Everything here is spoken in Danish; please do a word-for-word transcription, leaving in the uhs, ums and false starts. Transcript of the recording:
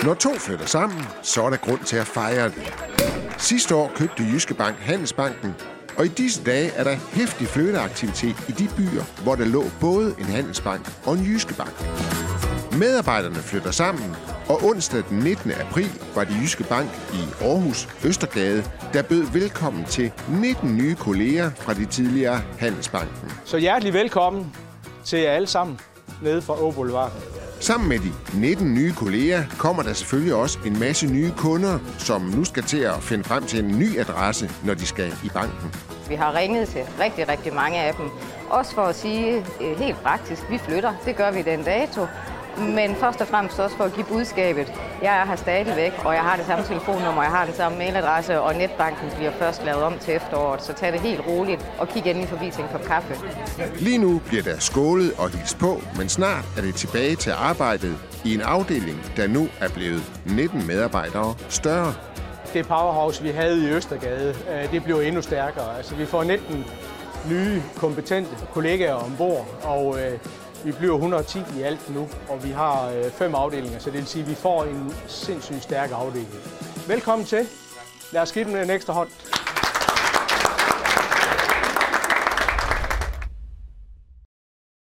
Når to flytter sammen, så er der grund til at fejre det. Sidste år købte Jyske Bank Handelsbanken, og i disse dage er der heftig flytteaktivitet i de byer, hvor der lå både en handelsbank og en Jyske Bank. Medarbejderne flytter sammen, og onsdag den nittende april var det Jyske Bank i Aarhus Østergade, der bød velkommen til nitten nye kolleger fra de tidligere Handelsbanken. Så hjertelig velkommen til jer alle sammen nede fra Åge Boulevard. Sammen med de nitten nye kolleger kommer der selvfølgelig også en masse nye kunder, som nu skal til at finde frem til en ny adresse, når de skal i banken. Vi har ringet til rigtig, rigtig mange af dem. Også for at sige helt praktisk, vi flytter. Det gør vi den dato. Men først og fremmest også for at give budskabet. Jeg er her stadigvæk, og jeg har det samme telefonnummer, jeg har den samme mailadresse, og netbanken bliver først lavet om til efteråret. Så tag det helt roligt og kig endelig forbi til en kop kaffe. Lige nu bliver der skålet og hilst på, men snart er det tilbage til arbejdet i en afdeling, der nu er blevet nitten medarbejdere større. Det powerhouse, vi havde i Østergade, det bliver endnu stærkere. Altså, vi får nitten nye, kompetente kollegaer ombord, og vi bliver et hundrede og ti i alt nu, og vi har øh, fem afdelinger, så det vil sige, at vi får en sindssygt stærk afdeling. Velkommen til. Lad os give dem en ekstra hånd.